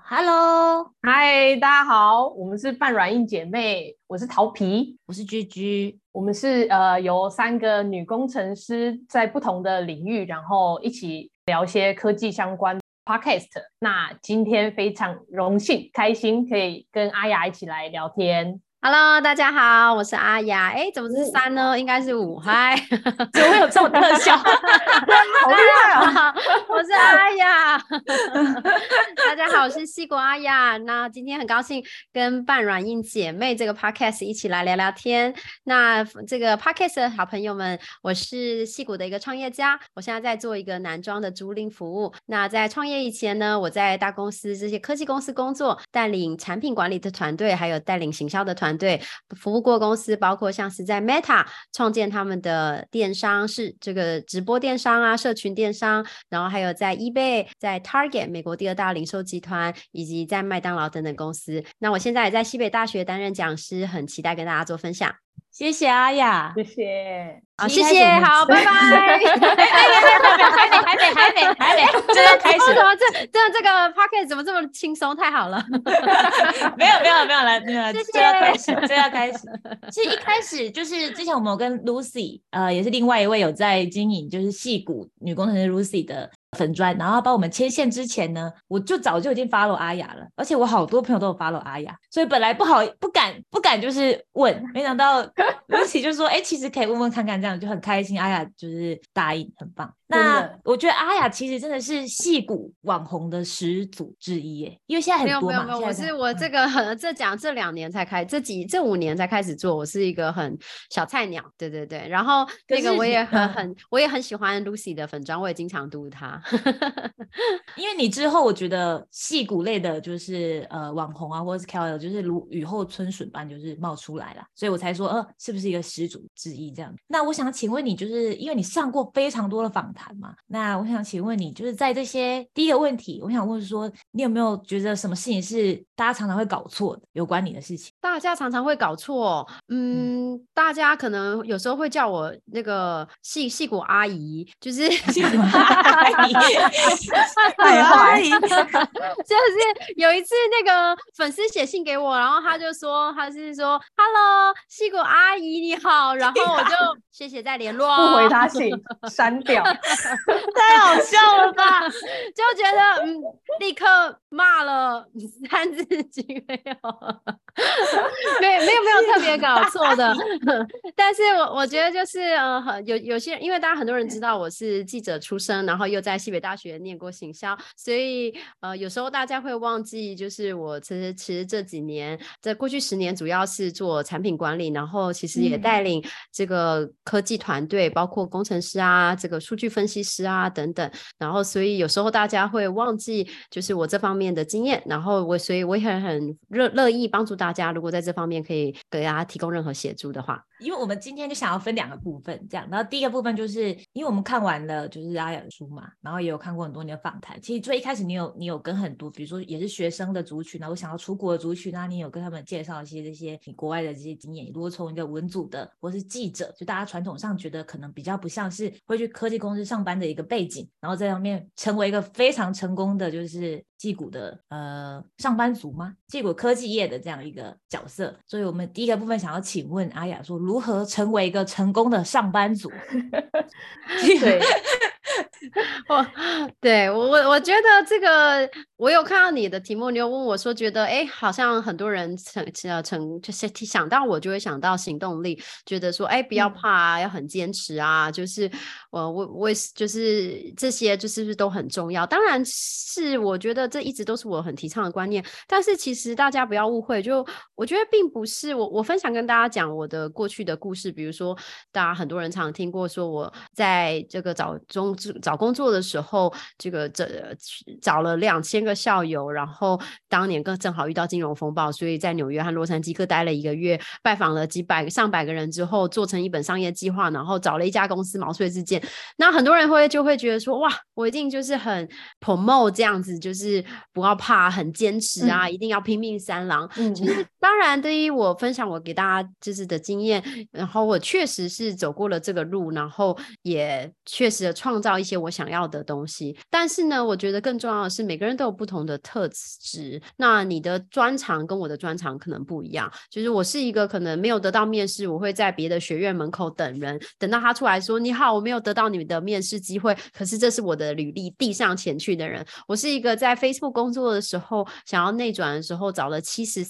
Hello， 嗨，大家好，我们是半软硬姐妹，我是桃皮， 我是居居。 我们是由3个女工程师在不同的领域，然后一起聊一些科技相关 podcast。那今天非常荣幸、开心可以跟阿雅一起来聊天。 Hello，大家好，我是阿雅。怎么是3呢？应该是5。嗨， 怎么会有这种特效？ 好厉害啊！ 我是阿雅。大家好，我是矽谷阿雅。那今天很高兴跟半软硬姐妹这个 podcast 一起来聊聊天。那这个 podcast 的好朋友们，我是矽谷的一个创业家，我现在在做一个男装的租赁服务。那在创业以前呢，我在大公司这些科技公司工作，带领产品管理的团队，还有带领行销的团队，服务过公司，包括像是在 Meta 创建他们的电商，是这个直播电商啊，社群电商，然后还有在 eBay， 在 Target 美国第2大零售集团，以及在麦当劳等等公司。那我现在也在西北大学担任讲师，很期待跟大家做分享。 谢谢阿雅， 谢谢。 好，谢谢，好，拜拜。 还没，这要开始。 怎么这个 podcast 怎么这么轻松？太好了。 没有，来， 谢谢。 这要开始。其实一开始就是之前我们有跟 Lucy， 也是另外一位有在经营就是矽谷女工程师 Lucy 的粉专，然后帮我们牵线之前呢，我就早就已经 follow 阿雅了，而且我好多朋友都有 follow 阿雅，所以本来不敢就是问，没想到 Lucy 就说其实可以问问看看，这样就很开心，阿雅就是答应，很棒。那我觉得阿雅其实真的是矽谷网红的始祖之一耶，因为现在很多嘛。 没有，我这个这2年才开，这5年才开始做，我是一个很小菜鸟，对。然后那个我也很喜欢 Lucy 的粉专，我也经常读她。 因为你之后我觉得矽谷类的就是网红啊，或者是 KOL 就是如雨后春笋般就是冒出来了，所以我才说是不是一个始祖之一这样。那我想请问你，就是因为你上过非常多的访谈嘛，那我想请问你，就是在这些第一个问题，我想问说，你有没有觉得什么事情是大家常常会搞错的，有关你的事情？ 大家常常会搞错，大家可能有时候会叫我那个矽谷阿姨，就是矽谷阿姨阿姨就是有一次那个粉丝写信给我，然后他是说 Hello 矽谷阿姨你好，然后我就谢谢再联络， 不回他信，删掉。 太好笑了吧。 就觉得立刻骂了3字经，没有特别搞错的。但是我觉得就是有些人，因为大家很多人知道我是记者出身，然后又在西北大学念过行销，所以有时候大家会忘记，就是我其实这几年，在过去10年主要是做产品管理，然后其实也带领这个科技团队，包括工程师啊，这个数据分析师啊等等，然后所以有时候大家会忘记就是我这方面的经验，然后所以我也很乐意帮助大家，如果在这方面可以给大家提供任何协助的话。 因为我们今天就想要分2个部分这样，然后第一个部分就是因为我们看完了就是阿雅的书嘛，然后也有看过很多你的访谈，其实最一开始你有跟很多比如说也是学生的族群，然后想要出国的族群，那你有跟他们介绍一些这些你国外的这些经验，如果从一个文组的或是记者，就大家传统上觉得可能比较不像是会去科技公司上班的一个背景，然后在上面成为一个非常成功的就是矽谷的上班族吗？矽谷科技业的这样一个角色，所以我们第一个部分想要请问阿雅说，如何成为一个成功的上班族？ 对，我觉得这个，我有看到你的题目，你有问我说，觉得好像很多人就是想到我就会想到行动力，觉得说不要怕啊，要很坚持啊，就是我就是这些就是都很重要。当然是我觉得这一直都是我很提倡的观念，但是其实大家不要误会，就我觉得并不是我分享跟大家讲我的过去的故事，比如说大家很多人常听过说我在这个找工作的时候，这个找了2000个校友，然后当年正好遇到金融风暴，所以在纽约和洛杉矶各待了1个月，拜访了上百个人之后，做成一本商业计划，然后找了一家公司毛遂自荐。那很多人就会觉得说，哇，我一定就是很 promote 这样子，就是不要怕，很坚持啊，一定要拼命三郎。就是当然第一我分享我给大家就是的经验，然后我确实是走过了这个路，然后也确实创造到一些我想要的东西。但是呢，我觉得更重要的是每个人都有不同的特质，那你的专长跟我的专长可能不一样，就是我是一个可能没有得到面试，我会在别的学院门口等人，等到他出来说你好，我没有得到你的面试机会，可是这是我的履历递上前去的人。我是一个在 Facebook 工作的时候想要内转的时候找了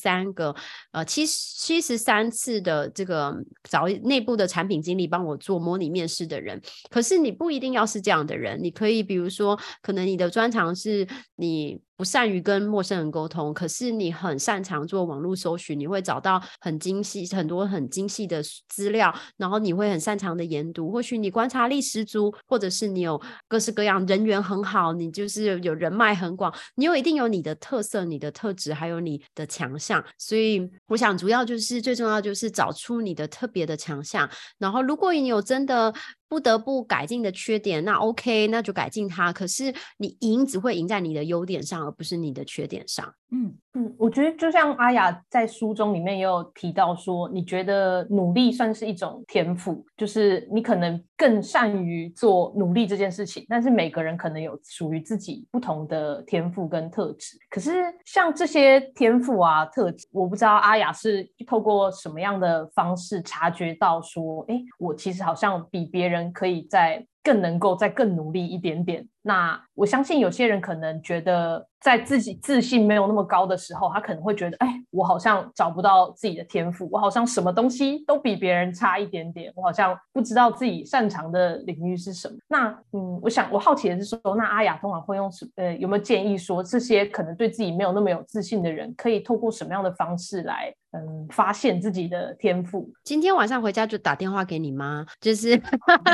73次的这个找内部的产品经理帮我做模拟面试的人。可是你不一定要是这样的人，你可以比如说可能你的专长是你不善于跟陌生人沟通，可是你很擅长做网络搜寻，你会找到很多很精细的资料，然后你会很擅长的研读，或许你观察力十足，或者是你有各式各样人缘很好，你就是有人脉很广，你一定有你的特色、你的特质还有你的强项。所以我想主要就是最重要就是找出你的特别的强项，然后如果你有真的不得不改进的缺点，那 OK， 那就改进它。可是你赢只会赢在你的优点上，而不是你的缺点上。 我觉得就像阿雅在书中里面也有提到说，你觉得努力算是一种天赋，就是你可能更善于做努力这件事情，但是每个人可能有属于自己不同的天赋跟特质。可是像这些天赋啊特质，我不知道阿雅是透过什么样的方式察觉到说，我其实好像比别人可以更能够再更努力一点点。那我相信有些人可能觉得在自己自信没有那么高的时候，他可能会觉得我好像找不到自己的天赋，我好像什么东西都比别人差一点点，我好像不知道自己擅长的领域是什么。那我好奇的是说，那阿雅通常会用有没有建议说，这些可能对自己没有那么有自信的人可以透过什么样的方式来发现自己的天赋？ 今天晚上回家就打电话给你妈，就是你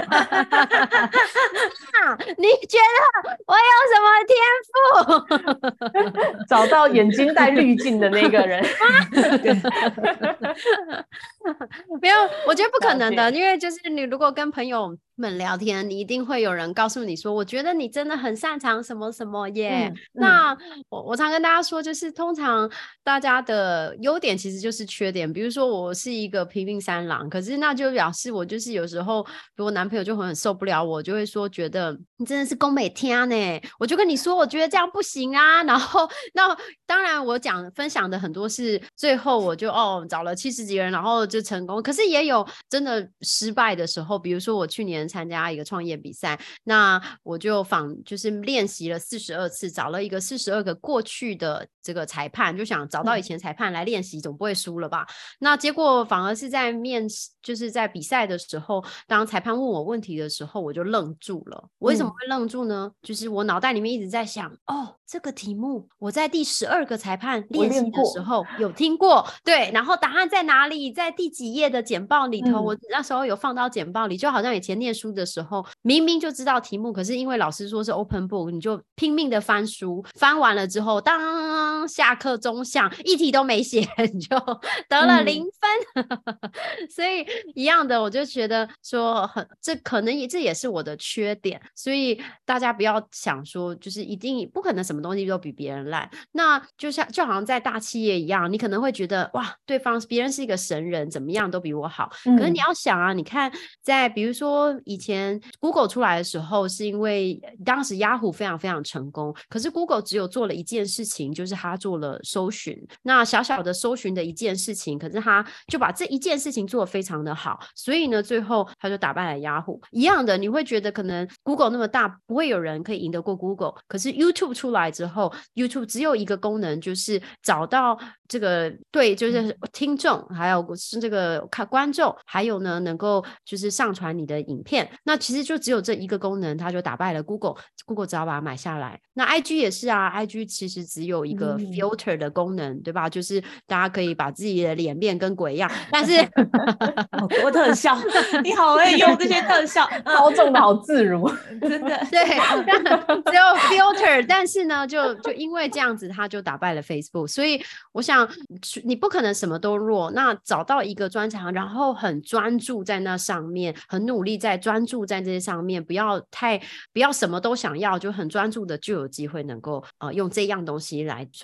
觉得我有什么天赋？ 找到眼睛带滤镜的那个人。 没有，我觉得不可能的，因为就是你如果跟朋友们聊天，你一定会有人告诉你说，我觉得你真的很擅长什么什么耶。那我常跟大家说，就是通常大家的优点其实就是缺点。比如说我是一个拼命三郎，可是那就表示我就是有时候如果男朋友就很受不了我，就会说觉得你真的是讲不听呢，我就跟你说我觉得这样不行啊。然后那当然我分享的很多是最后我就找了70几人然后就成功，可是也有真的失败的时候。比如说我去年参加一个创业比赛，那我就是练习了42次，找了一个42个过去的这个裁判，就想找到以前裁判来练习，总不会输了吧。那结果反而是在就是在比赛的时候，当裁判问我问题的时候，我就愣住了。我为什么会愣住呢？就是我脑袋里面一直在想，这个题目我在第12个裁判练习的时候有听过，对，然后答案在哪里？在第几页的简报里头，我那时候有放到简报里，就好像以前念书的时候，明明就知道题目，可是因为老师说是 open book， 你就拼命的翻书，翻完了之后，当下课钟响，一题都没写，你就得了0分。所以一样的，我就觉得说这可能这也是我的缺点，所以大家不要想说就是一定不可能什么东西都比别人烂。那就好像在大企业一样，你可能会觉得哇，别人是一个神人，怎么样都比我好。可是你要想啊，你看在比如说以前 Google 出来的时候，是因为当时 Yahoo 非常非常成功，可是 Google 只有做了一件事情，就是他做了搜寻。那小小的搜寻的一件事情，可是他就把这一件事情做得非常的好，所以呢最后他就打败了 Yahoo。 一样的，你会觉得可能 Google 那么大，不会有人可以赢得过 Google， 可是 YouTube 出来之后， YouTube 只有一个功能，就是找到这个就是听众还有是这个观众，还有呢能够就是上传你的影片，那其实就只有这一个功能，它就打败了 Google 只要把它买下来。那 IG 也是啊， IG 其实只有一个 filter 的功能，对吧？就是大家可以把自己的脸变跟鬼一样，但是好多特效，你好会用这些特效， 操纵的好自如。 真的。 对，只有 filter， 但是呢就因为这样子他就打败了 Facebook。 所以我想你不可能什么都弱，那找到一个专长，然后很专注在那上面，很努力在专注在这些上面，不要什么都想要，就很专注的，就有机会能够用这样东西来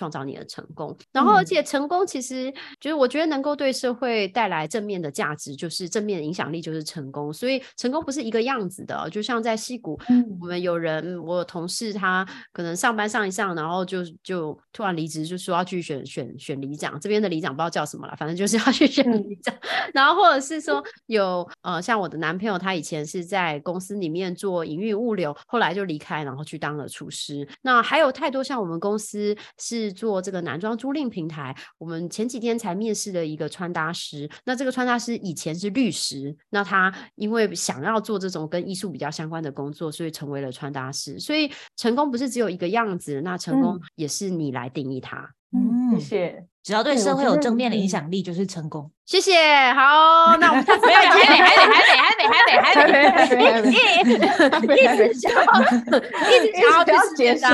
创造你的成功。然后而且成功其实就是我觉得能够对社会带来正面的价值，就是正面的影响力就是成功。所以成功不是一个样子的，就像在矽谷我们有人，我有同事他可能上班上一上，然后就突然离职，就说要去选里长，这边的里长不知道叫什么了，反正就是要去选里长然后或者是说有像我的男朋友，他以前是在公司里面做营运物流，后来就离开，然后去当了厨师。那还有太多像我们公司是做这个男装租赁平台，我们前几天才面试了一个穿搭师，那这个穿搭师以前是律师，那他因为想要做这种跟艺术比较相关的工作，所以成为了穿搭师。所以成功不是只有一个样子，那成功也是你来定义它。 谢谢。 只要对社会有正面的影响力就是成功。 谢谢。好，那我们下次再见。一直想要结束。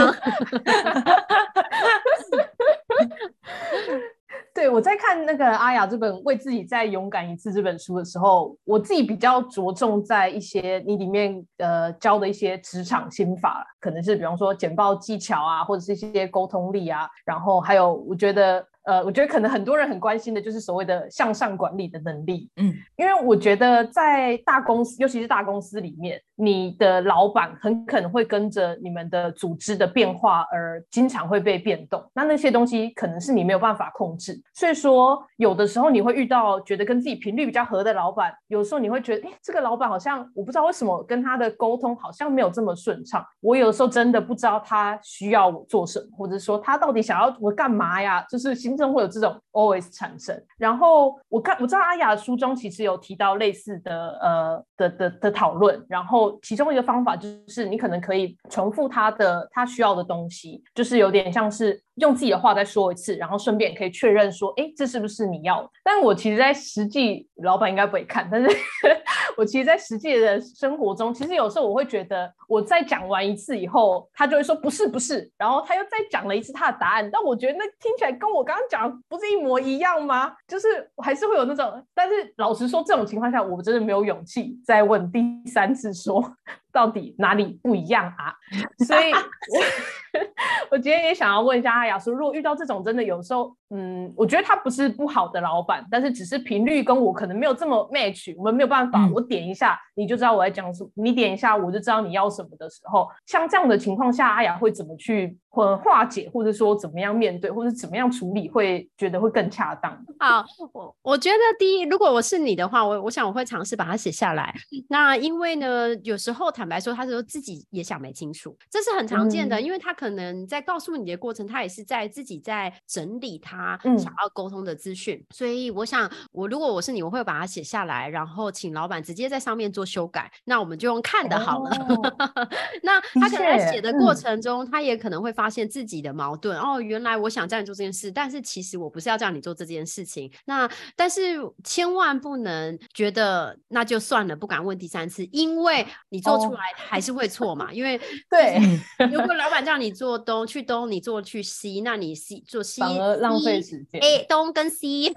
对，我在看那个阿雅这本《为自己再勇敢一次》这本书的时候，我自己比较着重在一些你里面教的一些职场心法，可能是比方说简报技巧啊，或者是一些沟通力啊，然后还有我觉得可能很多人很关心的就是所谓的向上管理的能力。因为我觉得在大公司，尤其是大公司里面，你的老板很可能会跟着你们的组织的变化而经常会被变动，那些东西可能是你没有办法控制。所以说有的时候你会遇到觉得跟自己频率比较合的老板，有时候你会觉得这个老板好像我不知道为什么跟他的沟通好像没有这么顺畅，我有的时候真的不知道他需要我做什么，或者说他到底想要我干嘛呀，就是心中会有这种 always 产生。然后我知道阿雅的书中其实有提到类似的讨论，然后其中一个方法就是你可能可以重复他需要的东西，就是有点像是用自己的话再说一次，然后顺便可以确认说这是不是你要的。但我其实在实际，老板应该不会看，但是我其实在实际的生活中，其实有时候我会觉得我再讲完一次以后，他就会说不是，然后他又再讲了一次他的答案，但我觉得那听起来跟我刚刚讲不是一模一样吗？就是我还是会有那种，但是老实说这种情况下我真的没有勇气再问第3次说到底哪里不一样啊。所以我今天也想要问一下阿雅说，如果遇到这种真的有时候我觉得他不是不好的老板，但是只是频率跟我可能没有这么 match， 我们没有办法我点一下你就知道我在讲什么，你点一下我就知道你要什么的时候，像这样的情况下阿雅会怎么去化解，或者说怎么样面对，或者怎么样处理会觉得会更恰当？ 好，我觉得第一，如果我是你的话，我想我会尝试把它写下来。那因为呢，有时候坦白说，他说自己也想没清楚，这是很常见的，因为他可能在告诉你的过程，他也是在自己在整理他想要沟通的资讯。所以我想，如果我是你，我会把它写下来，然后请老板直接在上面做修改。那我们就用看的好了。那他可能在写的过程中，他也可能会发现自己的矛盾。原来我想叫你做这件事，但是其实我不是要叫你做这件事情。那但是千万不能觉得那就算了，不敢问第3次，因为你做出来还是会错嘛。因为对， 如果老板叫你做东，你做去西，那你做西反而浪费时间。 东跟西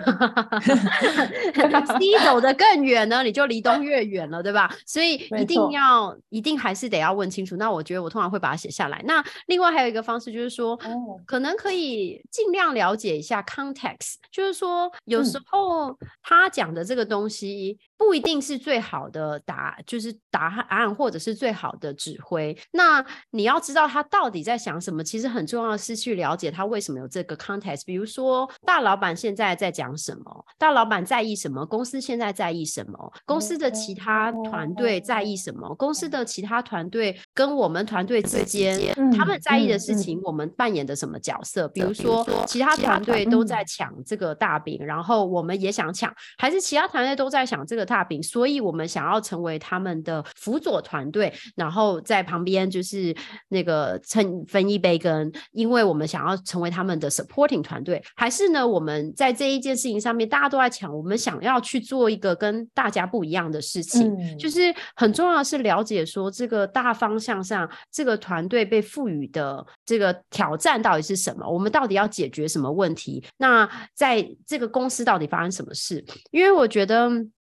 西走得更远呢，你就离东越远了，对吧？所以一定还是得要问清楚。那我觉得我通常会把它写下来。那另外还有一个方式就是说，可能可以尽量了解一下 context， 就是说有时候他讲的这个东西不一定是最好的答案或者是最好的指挥。那你要知道他到底在想什么，其实很重要的是去了解他为什么有这个 context。比如说大老板现在在讲什么，大老板在意什么，公司现在在意什么，公司的其他团队在意什么，公司的其他团队跟我们团队之间他们在意的事情，我们扮演的什么角色。比如说其他团队都在抢这个大饼，然后我们也想抢，还是其他团队都在抢这个大饼，所以我们想要成为他们的辅佐团队，然后在旁边就是那个分一杯羹，因为我们想要成为他们的 supporting 团队。还是呢，我们在这一件事情上面大家都在抢，我们想要去做一个跟大家不一样的事情。就是很重要的是了解说这个大方向上这个团队被赋予的这个挑战到底是什么，我们到底要解决什么问题，那在这个公司到底发生什么事。因为我觉得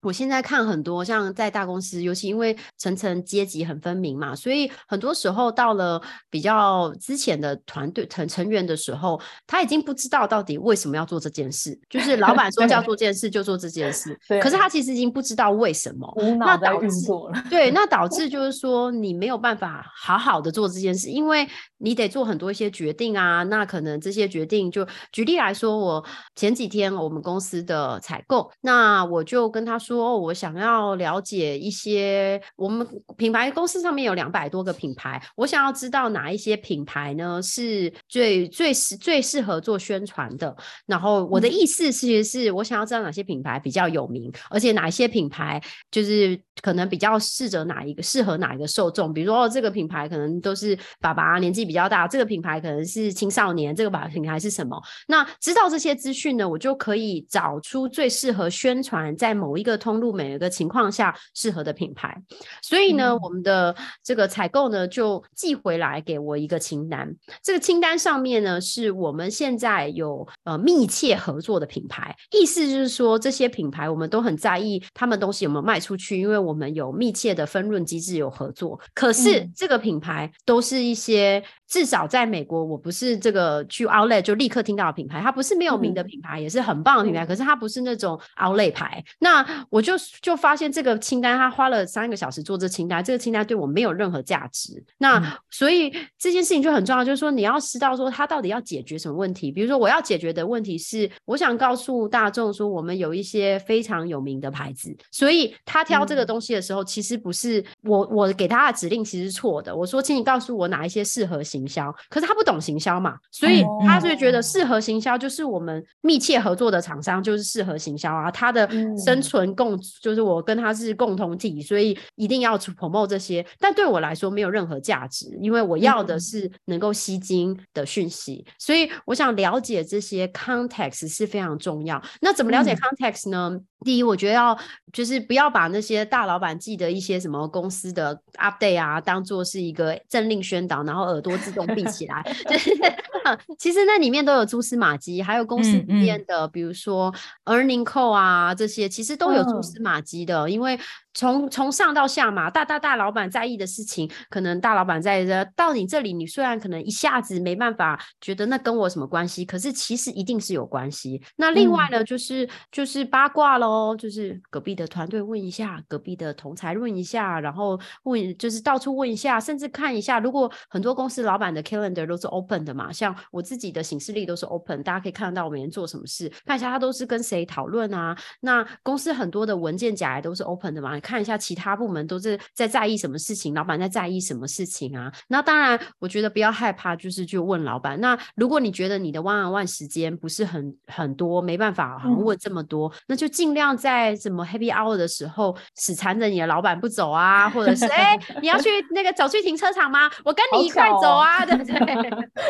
我现在看很多像在大公司，尤其因为层层阶级很分明嘛，所以很多时候到了比较之前的团队成员的时候，他已经不知道到底为什么要做这件事，就是老板说叫做这件事就做这件事可是他其实已经不知道为什么， 无脑在运作了。 对，那导致就是说你没有办法好好的做这件事，因为你得做很多一些决定啊，那可能这些决定就举例来说，我前几天我们公司的采购，那我就跟他说我想要了解一些我们品牌公司上面有200多个品牌，我想要知道哪一些品牌呢是最适合做宣传的，然后我的意思其实是我想要知道哪些品牌比较有名，而且哪一些品牌就是可能比较适合哪一个受众，比如说这个品牌可能都是爸爸年纪比较大，这个品牌可能是青少年，这个品牌是什么，那知道这些资讯呢，我就可以找出最适合宣传在某一个通路每一个情况下适合的品牌。所以呢我们的这个采购呢就寄回来给我一个清单，这个清单上面呢是我们现在有密切合作的品牌，意思就是说这些品牌我们都很在意他们东西有没有卖出去，因为我们有密切的分润机制有合作，可是这个品牌都是一些至少在美国我不是这个去 outlet 就立刻听到的品牌，它不是没有名的品牌也是很棒的品牌可是它不是那种 outlet 牌，那我就发现这个清单他花了3个小时做这清单，这个清单对我没有任何价值，那所以这件事情就很重要，就是说你要知道说他到底要解决什么问题，比如说我要解决的问题是我想告诉大众说我们有一些非常有名的牌子，所以他挑这个东西的时候其实不是我给他的指令其实是错的，我说请你告诉我哪一些适合行销，可是他不懂行销嘛，所以他就觉得适合行销就是我们密切合作的厂商就是适合行销啊，他的生存就是我跟他是共同体，所以一定要 promote 这些，但对我来说没有任何价值，因为我要的是能够吸睛的讯息，所以我想了解这些 context 是非常重要。那怎么了解 context 呢？第一，我觉得就是不要把那些大老板寄的一些什么公司的 update 啊当做是一个政令宣导，然后耳朵自动闭起来就是其实那里面都有蛛丝马迹，还有公司里面的比如说 earning call 啊这些其实都有蛛丝马迹的，因为从上到下嘛，大老板在意的事情，可能大老板在意的到你这里，你虽然可能一下子没办法觉得那跟我有什么关系，可是其实一定是有关系。那另外呢就是八卦咯，就是隔壁的团队问一下，隔壁的同才问一下，然后就是到处问一下，甚至看一下，如果很多公司老板的 calendar 都是 open 的嘛，像我自己的行事历都是 open， 大家可以看得到我每天做什么事，看一下他都是跟谁讨论啊，那公司很多的文件夹也都是 open 的嘛，看一下其他部门都是在意什么事情，老板在意什么事情啊。那当然我觉得不要害怕，就是去问老板，那如果你觉得你的 one-on-one 时间不是很多，没办法好像问这么多，那就尽量在什么 happy hour 的时候死缠着你的老板不走啊，或者是你要去那个走去停车场吗？我跟你一块走啊，对不对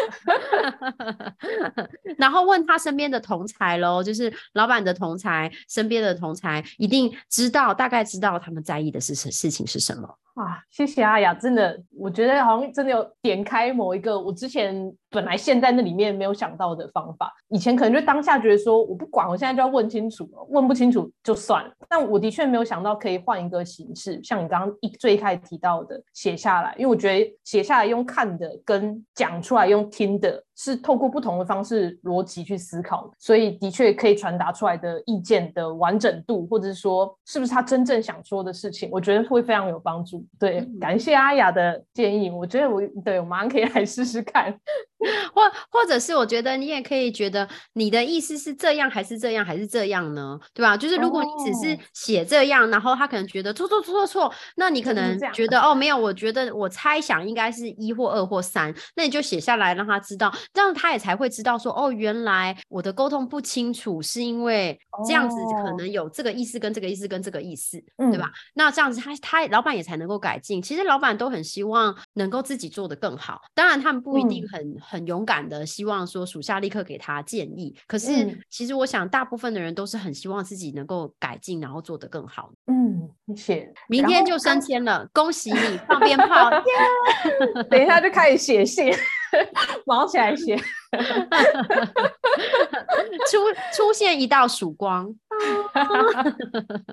然后问他身边的同才咯，就是老板的同才，身边的同才一定大概知道他们在意的事情是什么。 哇，谢谢阿雅，真的我觉得好像真的有点开某一个我之前本来陷在那里面没有想到的方法，以前可能就当下觉得说我不管，我现在就要问清楚，问不清楚就算了，但我的确没有想到可以换一个形式，像你刚刚最一开始提到的写下来，因为我觉得写下来用看的跟讲出来用听的是透过不同的方式逻辑去思考，所以的确可以传达出来的意见的完整度，或者是说是不是他真正想说的事情，我觉得会非常有帮助。对，感谢阿雅的建议，我觉得我马上可以来试试看或者是我觉得你也可以觉得你的意思是这样还是这样还是这样呢，对吧？就是如果你只是写这样，然后他可能觉得错，那你可能觉得没有，我觉得我猜想应该是1或2或3，那你就写下来让他知道，这样他也才会知道说原来我的沟通不清楚是因为这样子可能有这个意思跟这个意思跟这个意思，对吧？那这样子他老板也才能够改进。其实老板都很希望能够自己做得更好，当然他们不一定很勇敢的希望说属下立刻给他建议，可是其实我想大部分的人都是很希望自己能够改进然后做得更好。 谢谢。 明天就升迁了，恭喜你，放鞭炮等一下就开始写信忙起来写出现一道曙光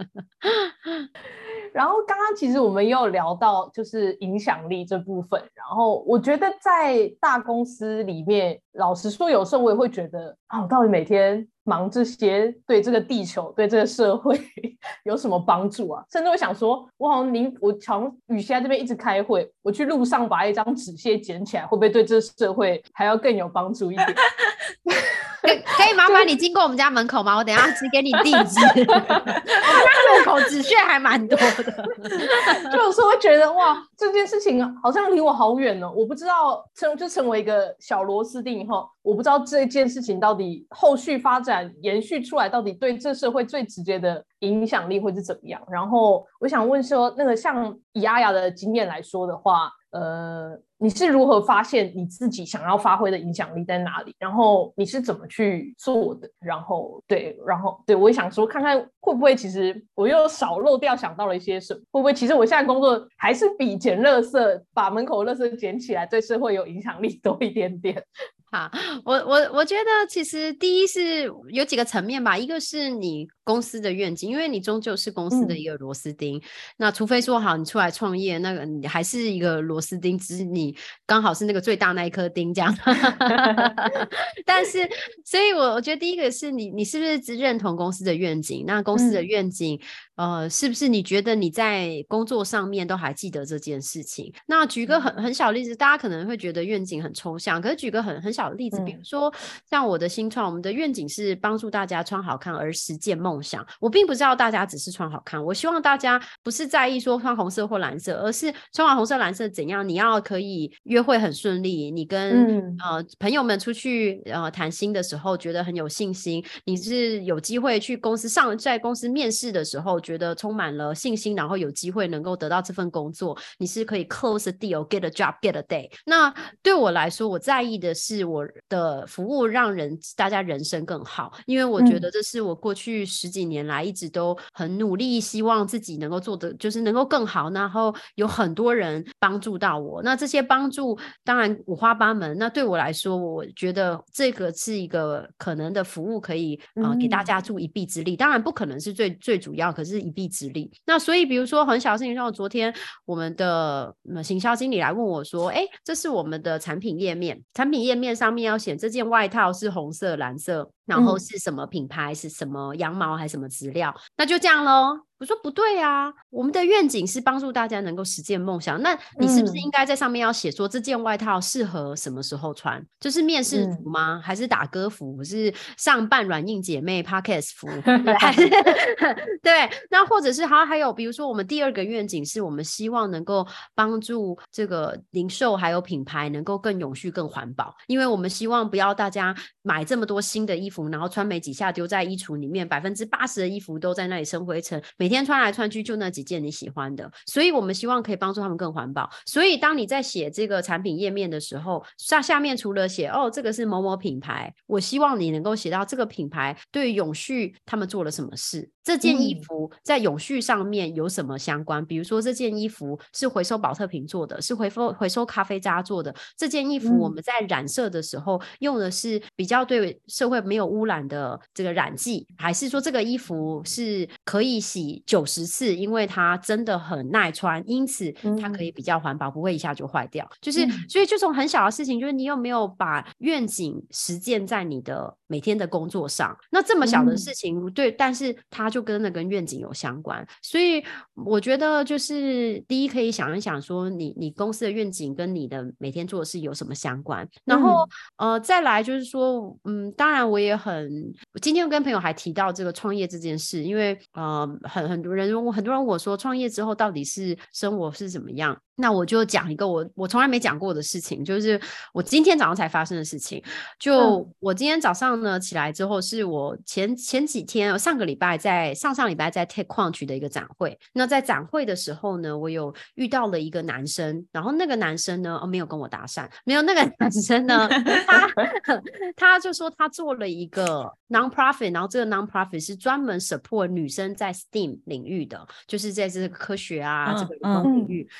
然后刚刚其实我们也有聊到就是影响力这部分，然后我觉得在大公司里面，老实说有时候我也会觉得我到底每天忙这些对这个地球对这个社会有什么帮助啊？甚至我想说我好像与其在这边一直开会，我去路上把一张纸屑捡起来，会不会对这个社会还要更有帮助一点？ 可以麻烦你经过我们家门口吗？我等一下寄给你地址。我们家路口纸屑还蛮多的。 就有时候会觉得哇，这件事情好像离我好远哦。我不知道成为一个小螺丝钉以后，我不知道这件事情到底后续发展延续出来，到底对这社会最直接的影响力会是怎么样。然后我想问说，那个像以阿雅的经验来说的话，你是如何发现你自己想要发挥的影响力在哪里？然后你是怎么去做的？然后对，我也想说，看看会不会其实我又少漏掉想到了一些什么？会不会其实我现在工作还是比捡垃圾、把门口垃圾捡起来对社会有影响力多一点点？ 好，我觉得其实第一是有几个层面吧，一个是你公司的愿景，因为你终究是公司的一个螺丝钉，那除非说好你出来创业，那个你还是一个螺丝钉，只是你刚好是那个最大那一颗钉这样。但是，所以我觉得第一个是你是不是只认同公司的愿景？那公司的愿景，是不是你觉得你在工作上面都还记得这件事情？那举个很小的例子，大家可能会觉得愿景很抽象，可是举个很小的例子，比如说像我的新创，我们的愿景是帮助大家穿好看而实践梦想。我并不知道大家只是穿好看，我希望大家不是在意说穿红色或蓝色，而是穿完红色蓝色怎样，你要可以约会很顺利，你跟朋友们出去谈心的时候觉得很有信心，你是有机会去公司在公司面试的时候觉得充满了信心，然后有机会能够得到这份工作，你是可以 close a deal, get a job, get a day。 那对我来说，我在意的是我的服务让大家人生更好，因为我觉得这是我过去10几年来一直都很努力希望自己能够做的，就是能够更好，然后有很多人帮助到我，那这些帮助当然五花八门，那对我来说我觉得这个是一个可能的服务可以给大家助一臂之力，当然不可能是最主要，可是一臂之力。那所以比如说很小的事情，像昨天我们的行销经理来问我说，这是我们的产品页面上面要写这件外套是红色蓝色，然后是什么品牌，是什么羊毛还是什么质料，那就这样咯。我说不对啊，我们的愿景是帮助大家能够实现梦想，那你是不是应该在上面要写说这件外套适合什么时候穿？就是面试服吗？还是打歌服？是上半软硬姐妹 podcast 服？对，那或者是还有比如说我们第二个愿景是我们希望能够帮助这个零售还有品牌能够更永续更环保，因为我们希望不要大家买这么多新的衣服然后穿没几下丢在衣橱里面，80%的衣服都在那里生灰尘，每天穿来穿去就那几件你喜欢的，所以我们希望可以帮助他们更环保。所以当你在写这个产品页面的时候，下面除了写这个是某某品牌，我希望你能够写到这个品牌对于永续他们做了什么事，这件衣服在永续上面有什么相关，比如说这件衣服是回收保特瓶做的，是回收咖啡渣做的，这件衣服我们在染色的时候用的是比较对社会没有污染的这个染剂，还是说这个衣服是可以洗90次，因为它真的很耐穿，因此它可以比较环保，不会一下就坏掉。就是所以就从很小的事情，就是你有没有把愿景实践在你的每天的工作上，那这么小的事情对，但是它就跟愿景有相关。所以我觉得就是第一可以想一想说你公司的愿景跟你的每天做的事有什么相关，然后再来就是说当然我也今天跟朋友还提到这个创业这件事，因为很多人问我说创业之后到底是生活是怎么样，那我就讲一个我从来没讲过的事情，就是我今天早上才发生的事情。就我今天早上呢起来之后，是我前几天上礼拜在 TechQuant 去的一个展会，那在展会的时候呢，我有遇到了一个男生，然后那个男生呢没有跟我搭讪，没有，那个男生呢他就说他做了一个 non-profit， 然后这个 non-profit 是专门 support 女生在 STEAM 领域的，就是在这个科学啊这个理工领域，然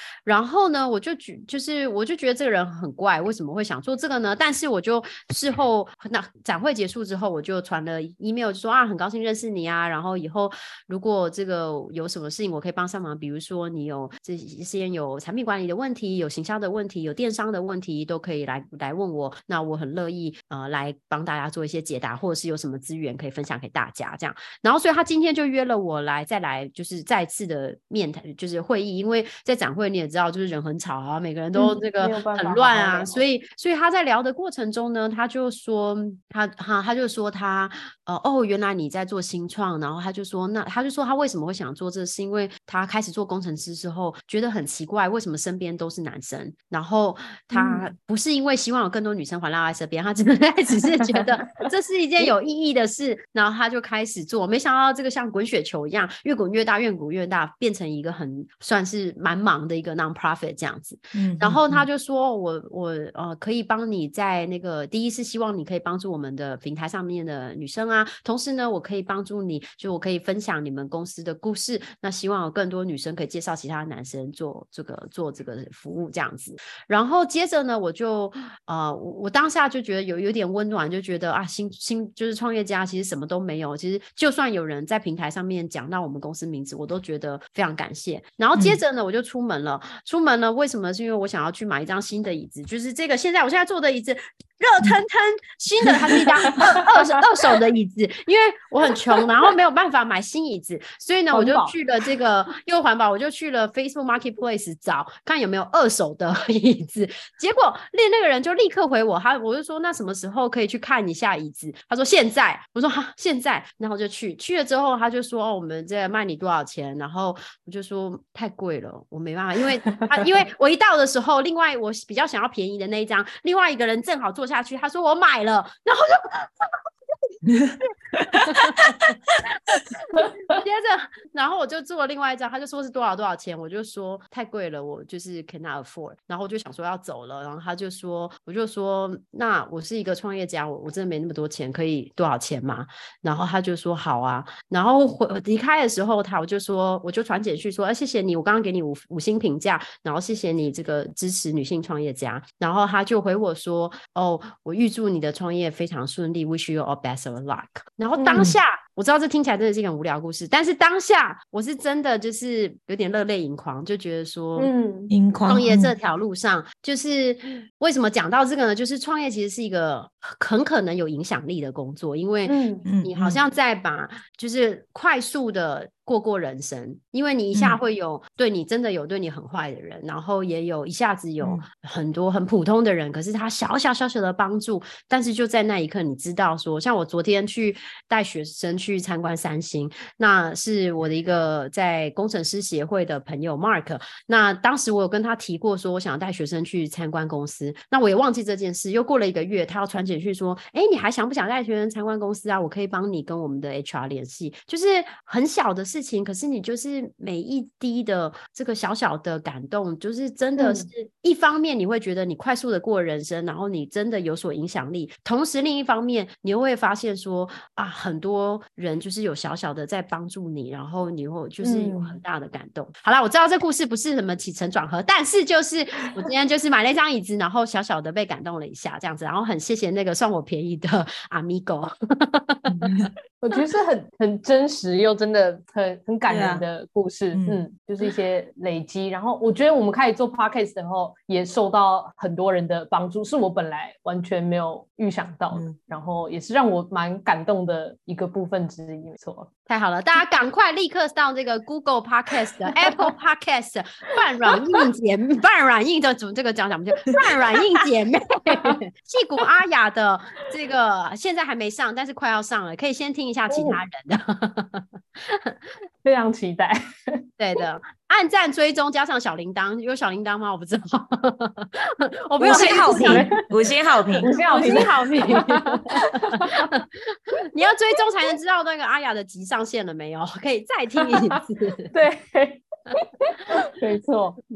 然后呢，我就觉得这个人很怪，为什么会想做这个呢？但是我就事后那展会结束之后，我就传了 email 就说啊，很高兴认识你啊，然后以后如果这个有什么事情我可以帮上忙，比如说你有这些有产品管理的问题，有行销的问题，有电商的问题，都可以来问我，那我很乐意来帮大家做一些解答，或者是有什么资源可以分享给大家这样。然后所以他今天就约了我再来就是再次的面谈就是会议，因为在展会你也知道就是人很吵啊，每个人都这个很乱啊，所以他在聊的过程中呢，他就说原来你在做新创，然后他就说他为什么会想做这，是因为他开始做工程师之后觉得很奇怪，为什么身边都是男生，然后他不是因为希望有更多女生环绕在身边，他真的只是觉得这是一件有意义的事，然后他就开始做，没想到这个像滚雪球一样越滚越大越滚越大，变成一个很算是蛮忙的一个 non-profit 这样子。然后他就说我可以帮你在那个第一是希望你可以帮助我们的平台上面的女生啊，同时呢我可以帮助你，就我可以分享你们公司的故事，那希望有更多女生可以介绍其他男生做这个服务这样子。然后接着呢我就我当下就觉得有点温暖，就觉得啊新就是创业家其实什么都没有，其实就算有人在平台上面讲到我们公司名字，我都觉得非常感谢。然后接着呢我就出门了为什么？是因为我想要去买一张新的椅子，就是这个我现在坐的椅子热腾腾新的，它是一张二手的椅子，因为我很穷，然后没有办法买新椅子，所以呢我就去了这个又环保，我就去了 Facebook Marketplace 找看有没有二手的椅子，结果那个人就立刻回我，我就说那什么时候可以去看一下椅子？他说现在，我说哈现在，然后就去了之后他就说我们这卖你多少钱？然后我就说太贵了，我没办法，因为我一到的时候，另外我比较想要便宜的那一张，另外一个人正好坐下去，他说我买了，然后就接着然后我就做了另外一张，他就说是多少钱，我就说太贵了，我就是 cannot afford， 然后我就想说要走了，然后我就说那我是一个创业家，我真的没那么多钱，可以多少钱吗？然后他就说好啊，然后离开的时候我就传简讯说谢谢你，我刚刚给你五星评价，然后谢谢你这个支持女性创业家，然后他就回我说我预祝你的创业非常顺利 wish you all best of luck。 然后当下我知道这听起来真的是一个很无聊的故事，但是当下我是真的就是有点热泪盈眶，就觉得说创业这条路上就是为什么讲到这个呢，就是创业其实是一个很可能有影响力的工作，因为你好像在把就是快速的过人生，因为你一下会有对你真的有对你很坏的人，然后也有一下子有很多很普通的人，可是他小小的帮助，但是就在那一刻你知道说，像我昨天去带学生去参观三星，那是我的一个在工程师协会的朋友 Mark， 那当时我有跟他提过说我想带学生去参观公司，那我也忘记这件事，又过了1个月他要传简讯说你还想不想带学生参观公司啊，我可以帮你跟我们的 HR 联系，就是很小的事情，可是你就是每一滴的这个小小的感动，就是真的是一方面你会觉得你快速的过人生，然后你真的有所影响力，同时另一方面你又会发现说很多人就是有小小的在帮助你，然后你会就是有很大的感动。好啦，我知道这故事不是什么起承转合，但是就是我今天就是买了一张椅子，然后小小的被感动了一下这样子，然后很谢谢那个算我便宜的 Amigo 我觉得是很真实又真的很感人的故事，就是一些累积。然后我觉得我们开始做 podcast 的后，也受到很多人的帮助，是我本来完全没有预想到的，然后也是让我蛮感动的一个部分之一。没错， 太好了，大家赶快立刻到这个 Google Podcast Apple Podcast 半软硬的这个讲不就半软硬姐妹矽谷阿雅的这个现在还没上，但是快要上了，可以先听一下其他人的非常期待。 对的，按赞追踪加上小铃铛，有小铃铛吗？我不知道我没有 5星好评5星好评你要追踪才能知道那个阿雅的集上线了没有，可以再听一次对没错，